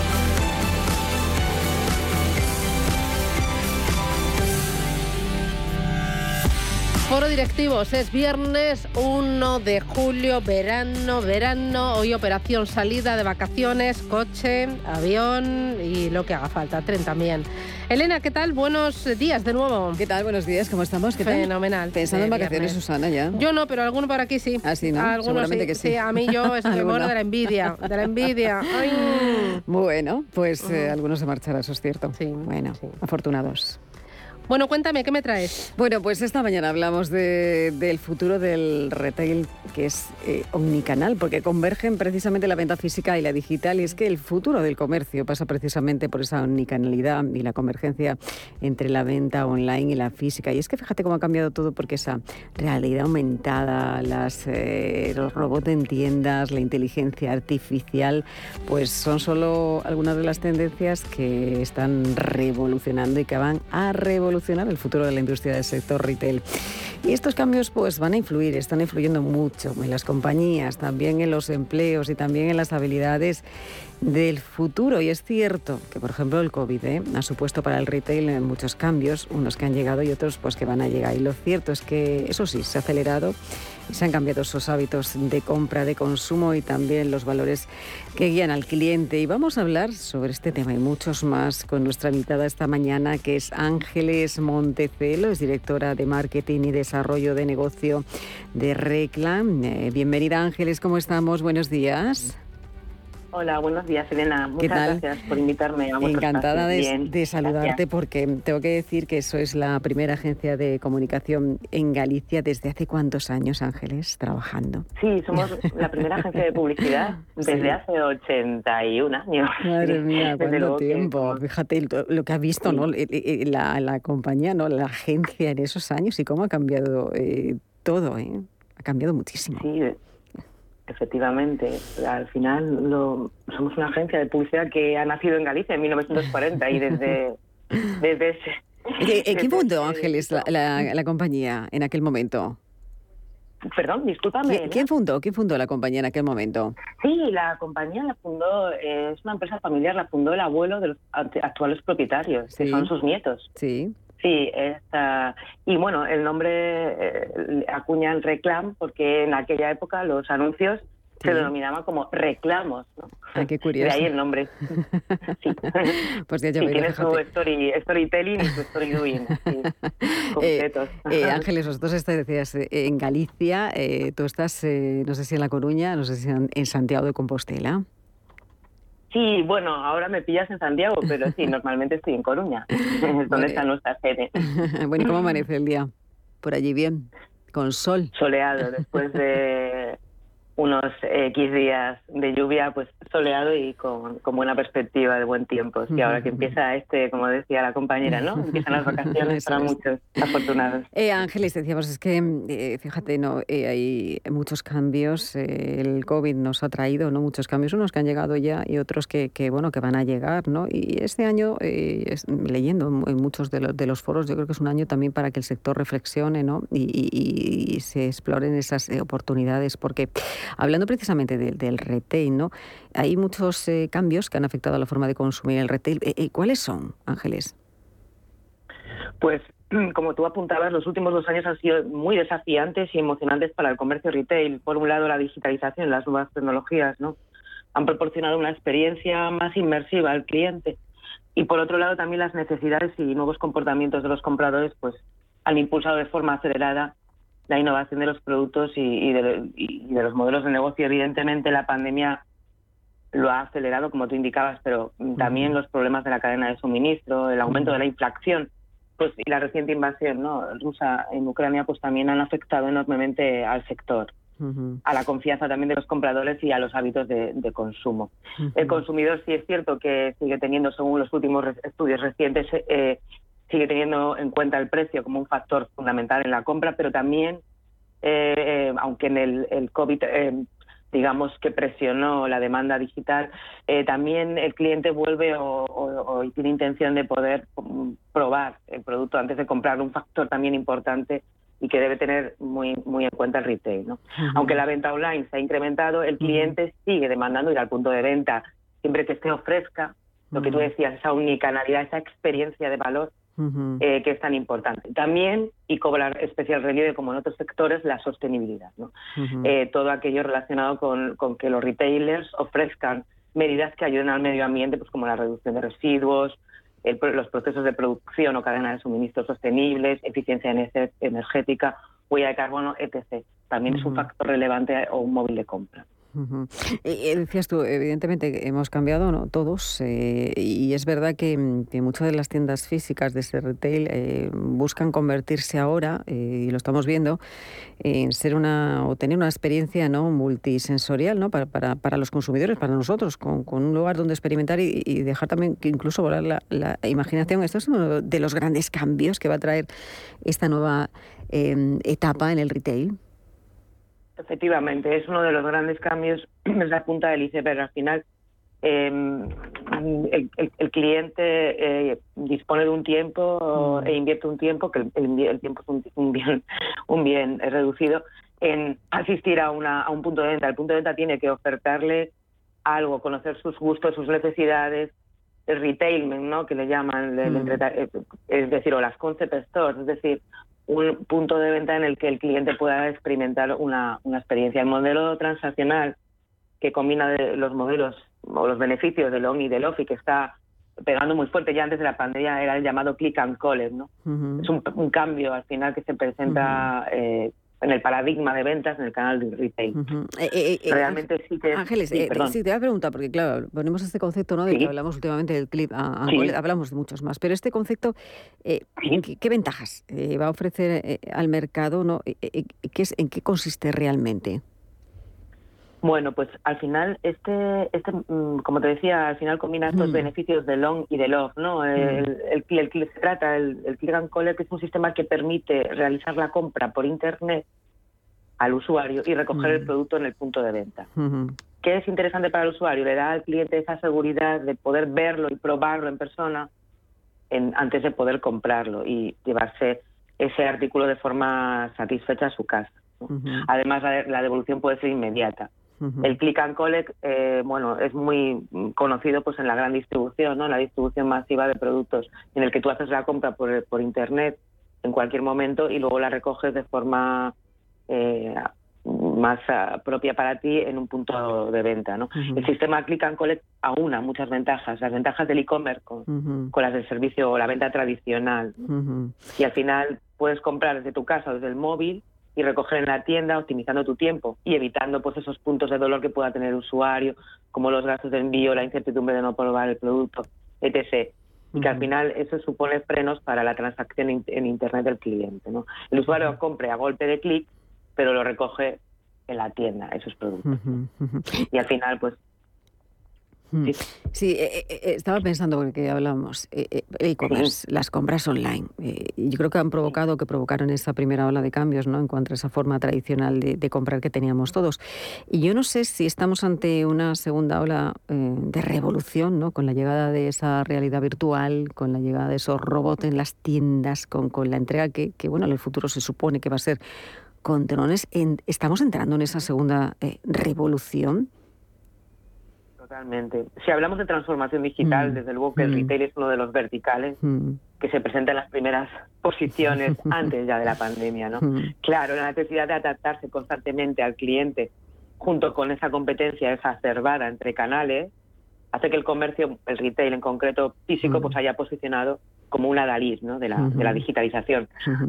Foro Directivos, es viernes 1 de julio, verano, hoy operación salida de vacaciones, coche, avión y lo que haga falta, tren también. Elena, ¿qué tal? Buenos días de nuevo. ¿Qué tal? Buenos días, ¿cómo estamos? ¿Qué tal? Fenomenal. Pensando en vacaciones, viernes. Susana, ya. Yo no, pero alguno por aquí sí. Ah, sí, ¿no? Algunos seguramente sí. que sí. Sí, a mí yo me muero de la envidia, Ay. Bueno, pues algunos se marcharán, eso es cierto. Sí. Bueno, afortunados. Bueno, cuéntame, ¿qué me traes? Bueno, pues esta mañana hablamos del futuro del retail, que es omnicanal, porque convergen precisamente la venta física y la digital, y es que el futuro del comercio pasa precisamente por esa omnicanalidad y la convergencia entre la venta online y la física. Y es que fíjate cómo ha cambiado todo, porque esa realidad aumentada, los robots en tiendas, la inteligencia artificial, pues son solo algunas de las tendencias que están revolucionando y que van a revolucionar el futuro de la industria del sector retail. Y estos cambios pues van a están influyendo mucho en las compañías, también en los empleos y también en las habilidades del futuro. Y es cierto que, por ejemplo, el COVID ha supuesto para el retail muchos cambios, unos que han llegado y otros pues que van a llegar. Y lo cierto es que, eso sí, se ha acelerado y se han cambiado esos hábitos de compra, de consumo y también los valores que guían al cliente. Y vamos a hablar sobre este tema y muchos más con nuestra invitada esta mañana, que es Ángeles Montecelo, es directora de Marketing y Desarrollo de Negocio de Reclam. Bienvenida, Ángeles, ¿cómo estamos? Buenos días. Hola, buenos días, Elena. Muchas gracias por invitarme a vuestro Encantada espacio. de saludarte, Gracias. porque tengo que decir que sois la primera agencia de comunicación en Galicia. ¿Desde hace cuántos años, Ángeles, trabajando? Sí, somos la primera agencia de publicidad desde hace 81 años. Madre mía, Desde cuánto luego que tiempo. Fíjate lo que ha visto, ¿no? La compañía, ¿no? La agencia en esos años y cómo ha cambiado todo, ¿eh? Ha cambiado muchísimo. Sí, efectivamente. Al final somos una agencia de publicidad que ha nacido en Galicia en 1940 y desde ese... ¿En qué fundó, Ángeles, la compañía en aquel momento? Perdón, discúlpame. ¿Quién fundó la compañía en aquel momento? Sí, la compañía la fundó, es una empresa familiar, la fundó el abuelo de los actuales propietarios, que son sus nietos. Sí. Sí, y bueno, el nombre acuñan Reclam porque en aquella época los anuncios se denominaban como reclamos, ¿no? Ah, qué curioso. De ahí el nombre. Sí. Pues ya sí, tiene su storytelling y su story doing. Sí, completos. Ángeles, vosotros decías en Galicia, tú estás, no sé si en La Coruña, no sé si en Santiago de Compostela. Sí, bueno, ahora me pillas en Santiago, pero sí, normalmente estoy en Coruña, donde está nuestra sede. Bueno, ¿y cómo amanece el día? ¿Por allí bien? ¿Con sol? Soleado, después de unos X días de lluvia, pues soleado y con buena perspectiva de buen tiempo. Y ahora que empieza como decía la compañera, ¿no? Empiezan las vacaciones para muchos afortunados. Ángeles, decíamos, es que, fíjate, no hay muchos cambios. El COVID nos ha traído, ¿no? Muchos cambios, unos que han llegado ya y otros que van a llegar, ¿no? Y este año, leyendo en muchos de los foros, yo creo que es un año también para que el sector reflexione, ¿no? Y se exploren esas oportunidades, porque hablando precisamente del retail, ¿no? Hay muchos cambios que han afectado a la forma de consumir el retail. ¿Cuáles son, Ángeles? Pues, como tú apuntabas, los últimos 2 años han sido muy desafiantes y emocionantes para el comercio retail. Por un lado, la digitalización, las nuevas tecnologías, ¿no? Han proporcionado una experiencia más inmersiva al cliente. Y por otro lado, también las necesidades y nuevos comportamientos de los compradores, pues, han impulsado de forma acelerada la innovación de los productos y de los modelos de negocio. Evidentemente, la pandemia lo ha acelerado, como tú indicabas, pero también los problemas de la cadena de suministro, el aumento de la inflación, pues y la reciente invasión, ¿no?, rusa en Ucrania, pues también han afectado enormemente al sector, a la confianza también de los compradores y a los hábitos de consumo. El consumidor sí es cierto que sigue teniendo, según los últimos estudios recientes, sigue teniendo en cuenta el precio como un factor fundamental en la compra, pero también, aunque en el COVID digamos que presionó la demanda digital, también el cliente vuelve o tiene intención de poder probar el producto antes de comprarlo, un factor también importante y que debe tener muy en cuenta el retail, ¿no? Aunque la venta online se ha incrementado, el cliente sigue demandando ir al punto de venta, siempre que esté ofrezca lo que tú decías, esa unicanalidad, esa experiencia de valor que es tan importante. También, y cobrar especial relieve, como en otros sectores, la sostenibilidad, ¿no? Todo aquello relacionado con que los retailers ofrezcan medidas que ayuden al medio ambiente, pues como la reducción de residuos, los procesos de producción o cadena de suministro sostenibles, eficiencia energética, huella de carbono, etc. También es un factor relevante o un móvil de compra. Decías tú, evidentemente hemos cambiado, ¿no?, todos, y es verdad que muchas de las tiendas físicas de ese retail buscan convertirse ahora, y lo estamos viendo, en ser o tener una experiencia, ¿no?, multisensorial, ¿no?, para los consumidores, para nosotros, con un lugar donde experimentar y dejar también que incluso volar la imaginación. Esto es uno de los grandes cambios que va a traer esta nueva etapa en el retail. Efectivamente, es uno de los grandes cambios, es la punta del iceberg. Al final, el cliente dispone de un tiempo e invierte un tiempo, que el tiempo es un bien reducido, en asistir a un punto de venta. El punto de venta tiene que ofertarle algo, conocer sus gustos, sus necesidades, el retailment, ¿no?, que le llaman, es decir, o las concept stores, es decir, un punto de venta en el que el cliente pueda experimentar una experiencia. El modelo transaccional que combina los modelos o los beneficios del on y del off y que está pegando muy fuerte ya antes de la pandemia era el llamado click and collect, ¿no? Es un cambio al final que se presenta en el paradigma de ventas en el canal de retail. Realmente sí que... Ángeles, sí, te voy a preguntar, porque claro, ponemos este concepto, ¿no?, del que hablamos últimamente del click and collect, hablamos de muchos más, pero este concepto, ¿qué ventajas va a ofrecer al mercado, ¿no? ¿En qué consiste realmente? Bueno, pues al final, como te decía, al final combina estos beneficios del on y del off, ¿no? El click and collect es un sistema que permite realizar la compra por internet al usuario y recoger el producto en el punto de venta. ¿Qué es interesante para el usuario? Le da al cliente esa seguridad de poder verlo y probarlo en persona antes de poder comprarlo y llevarse ese artículo de forma satisfecha a su casa, ¿no? Además, la devolución puede ser inmediata. El click and collect, es muy conocido pues en la gran distribución, ¿no?, en la distribución masiva de productos, en el que tú haces la compra por internet en cualquier momento y luego la recoges de forma más propia para ti en un punto de venta, ¿no? El sistema click and collect aúna muchas ventajas, las ventajas del e-commerce con las del servicio o la venta tradicional, ¿no? Y al final puedes comprar desde tu casa o desde el móvil y recoger en la tienda, optimizando tu tiempo y evitando pues esos puntos de dolor que pueda tener el usuario, como los gastos de envío, la incertidumbre de no probar el producto, etc. Y que al final eso supone frenos para la transacción en Internet del cliente, ¿no? El usuario compre a golpe de clic, pero lo recoge en la tienda, esos productos. Y al final, pues... Sí, estaba pensando, porque hablábamos, e-commerce, las compras online. Yo creo que provocaron esa primera ola de cambios, ¿no?, en cuanto a esa forma tradicional de comprar que teníamos todos. Y yo no sé si estamos ante una segunda ola de revolución, ¿no?, con la llegada de esa realidad virtual, con la llegada de esos robots en las tiendas, con la entrega que en el futuro se supone que va a ser con drones. ¿Estamos entrando en esa segunda revolución? Totalmente. Si hablamos de transformación digital, desde luego que el retail es uno de los verticales que se presenta en las primeras posiciones antes ya de la pandemia, ¿no? Claro, la necesidad de adaptarse constantemente al cliente junto con esa competencia exacerbada entre canales hace que el comercio, el retail en concreto físico, pues haya posicionado como una adalid, ¿no?, de la digitalización.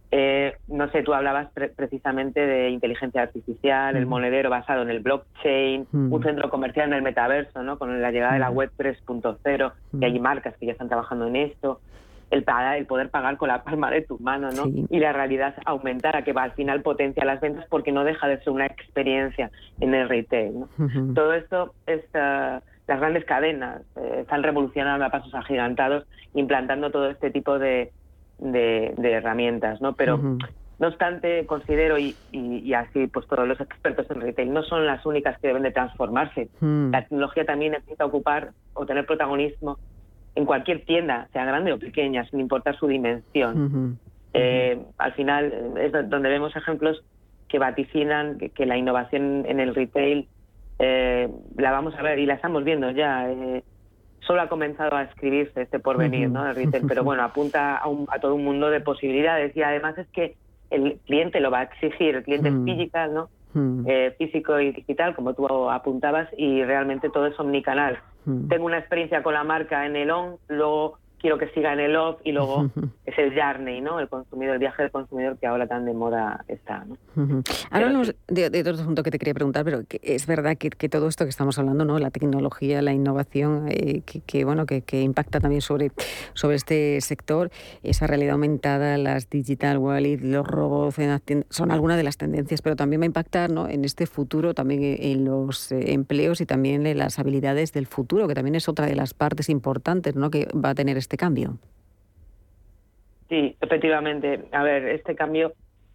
No sé, tú hablabas precisamente de inteligencia artificial, el monedero basado en el blockchain, un centro comercial en el metaverso, ¿no? Con la llegada de la web 3.0, y hay marcas que ya están trabajando en esto. El poder pagar con la palma de tu mano, ¿no? Sí. Y la realidad aumentará, que va al final potencia las ventas porque no deja de ser una experiencia en el retail, ¿no? Todo esto es... las grandes cadenas están revolucionando a pasos agigantados, implantando todo este tipo de herramientas, ¿no? Pero no obstante, considero, y así pues todos los expertos en retail, no son las únicas que deben de transformarse. La tecnología también necesita ocupar o tener protagonismo en cualquier tienda, sea grande o pequeña, sin importar su dimensión. Al final es donde vemos ejemplos que vaticinan que la innovación en el retail la vamos a ver y la estamos viendo ya. Solo ha comenzado a escribirse este porvenir, ¿no? El retail, pero bueno, apunta a todo un mundo de posibilidades, y además es que el cliente lo va a exigir, el cliente es digital, ¿no? Físico y digital, como tú apuntabas, y realmente todo es omnicanal. Tengo una experiencia con la marca en el on, luego quiero que siga en el off, y luego es el journey, ¿no? El consumidor, el viaje del consumidor que ahora tan de moda está, ¿no? Ahora hablamos de otro asunto que te quería preguntar, pero que es verdad que todo esto que estamos hablando, ¿no? La tecnología, la innovación, que impacta también sobre este sector, esa realidad aumentada, las digital wallet, los robots en las tiendas, son algunas de las tendencias, pero también va a impactar, ¿no? En este futuro, también en los empleos y también en las habilidades del futuro, que también es otra de las partes importantes, ¿no? Que va a tener este cambio. Sí, efectivamente. A ver, este cambio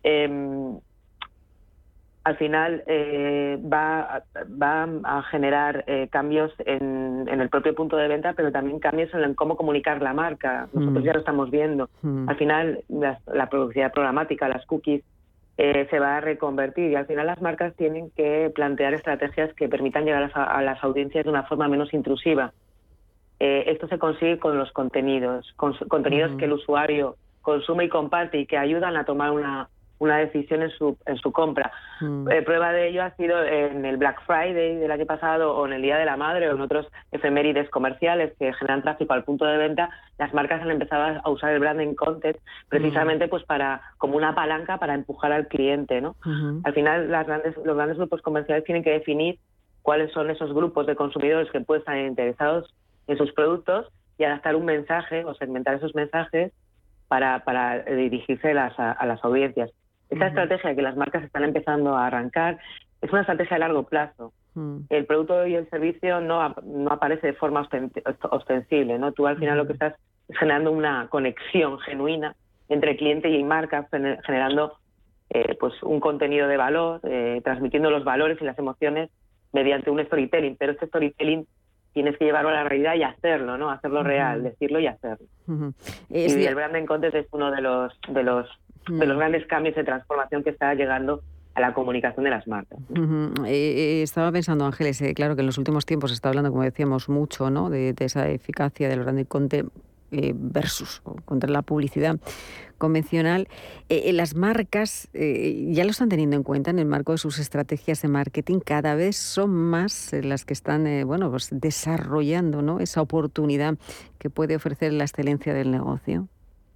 al final va a generar cambios en el propio punto de venta, pero también cambios en cómo comunicar la marca. Nosotros ya lo estamos viendo. Al final la publicidad programática, las cookies, se va a reconvertir, y al final las marcas tienen que plantear estrategias que permitan llegar a las audiencias de una forma menos intrusiva. Esto se consigue con los contenidos que el usuario consume y comparte y que ayudan a tomar una decisión en su compra. Prueba de ello ha sido en el Black Friday del año pasado, o en el Día de la Madre, o en otros efemérides comerciales que generan tráfico al punto de venta. Las marcas han empezado a usar el branding content precisamente pues como una palanca para empujar al cliente, ¿no? Al final los grandes grupos comerciales tienen que definir cuáles son esos grupos de consumidores que pueden estar interesados en sus productos, y adaptar un mensaje o segmentar esos mensajes para dirigirse a las audiencias. Esta estrategia que las marcas están empezando a arrancar es una estrategia a largo plazo. El producto y el servicio no aparece de forma ostensible, ¿no? Tú al final lo que estás es generando una conexión genuina entre cliente y marca, generando pues un contenido de valor, transmitiendo los valores y las emociones mediante un storytelling, pero este storytelling tienes que llevarlo a la realidad y hacerlo, ¿no? Hacerlo real, decirlo y hacerlo. Y el branding content es uno de los grandes cambios de transformación que está llegando a la comunicación de las marcas. Estaba pensando, Ángeles, claro que en los últimos tiempos se está hablando, como decíamos, mucho, ¿no? de esa eficacia del branding content versus contra la publicidad convencional. Las marcas ya lo están teniendo en cuenta en el marco de sus estrategias de marketing. Cada vez son más las que están pues desarrollando, ¿no? Esa oportunidad que puede ofrecer la excelencia del negocio.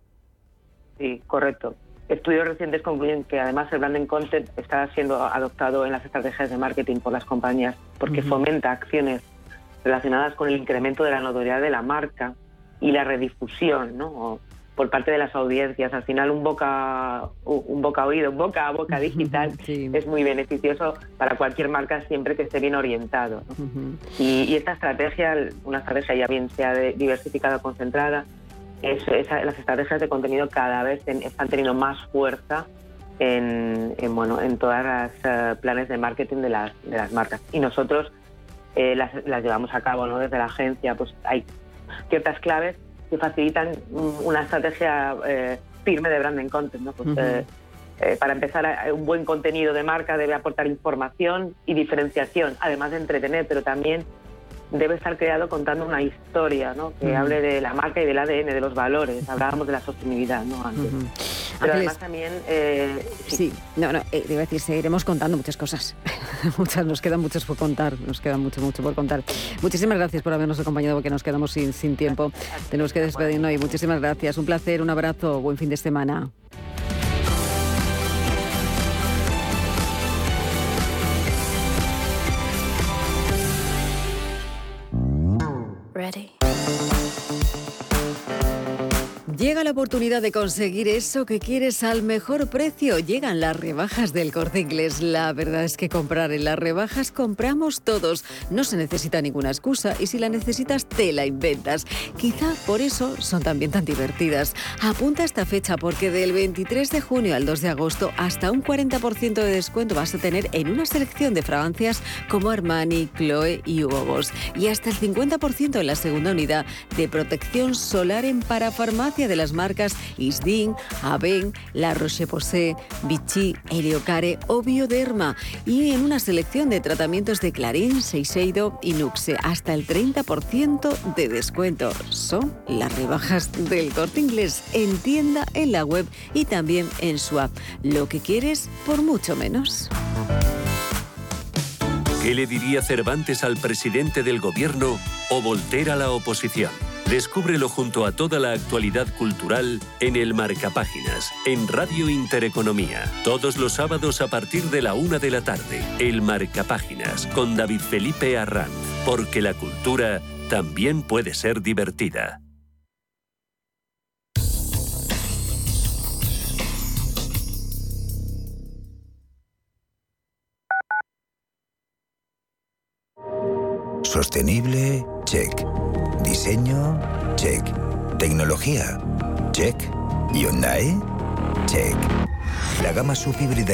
Sí, correcto. Estudios recientes concluyen que además el branding content está siendo adoptado en las estrategias de marketing por las compañías porque fomenta acciones relacionadas con el incremento de la notoriedad de la marca y la redifusión, ¿no? Por parte de las audiencias. Al final un boca a boca digital es muy beneficioso para cualquier marca siempre que esté bien orientado, ¿no? Y esta estrategia, una estrategia ya bien sea diversificada o concentrada, las estrategias de contenido cada vez están teniendo más fuerza en todas las planes de marketing de las marcas. Y nosotros las llevamos a cabo, ¿no? Desde la agencia, pues hay ciertas claves que facilitan una estrategia firme de branding content, ¿no? Pues, para empezar, un buen contenido de marca debe aportar información y diferenciación, además de entretener, pero también debe estar creado contando una historia, ¿no? Que hable de la marca y del ADN, de los valores. Hablábamos de la sostenibilidad, ¿no? Antes. Pero además también... te iba a decir, seguiremos contando muchas cosas. Nos quedan muchas por contar, mucho por contar. Muchísimas gracias por habernos acompañado, porque nos quedamos sin tiempo. Tenemos que despedirnos y muchísimas gracias. Un placer, un abrazo, buen fin de semana. Llega la oportunidad de conseguir eso que quieres al mejor precio. Llegan las rebajas del Corte Inglés. La verdad es que comprar en las rebajas compramos todos. No se necesita ninguna excusa y si la necesitas te la inventas. Quizá por eso son también tan divertidas. Apunta esta fecha porque del 23 de junio al 2 de agosto hasta un 40% de descuento vas a tener en una selección de fragancias como Armani, Chloé y Hugo Boss. Y hasta el 50% en la segunda unidad de protección solar en parafarmacia de las marcas Isdin, Aven, La Roche-Posay, Vichy, Heliocare o Bioderma. Y en una selección de tratamientos de Clarins, Shiseido y Nuxe. Hasta el 30% de descuento. Son las rebajas del Corte Inglés en tienda, en la web y también en su app. Lo que quieres por mucho menos. ¿Qué le diría Cervantes al presidente del gobierno o Voltaire a la oposición? Descúbrelo junto a toda la actualidad cultural en el Marcapáginas, en Radio Intereconomía. Todos los sábados a partir de la 1 de la tarde. El Marcapáginas, con David Felipe Arranz. Porque la cultura también puede ser divertida. Sostenible, check. Diseño, check. Tecnología, check. Hyundai, check. La gama SUV híbrida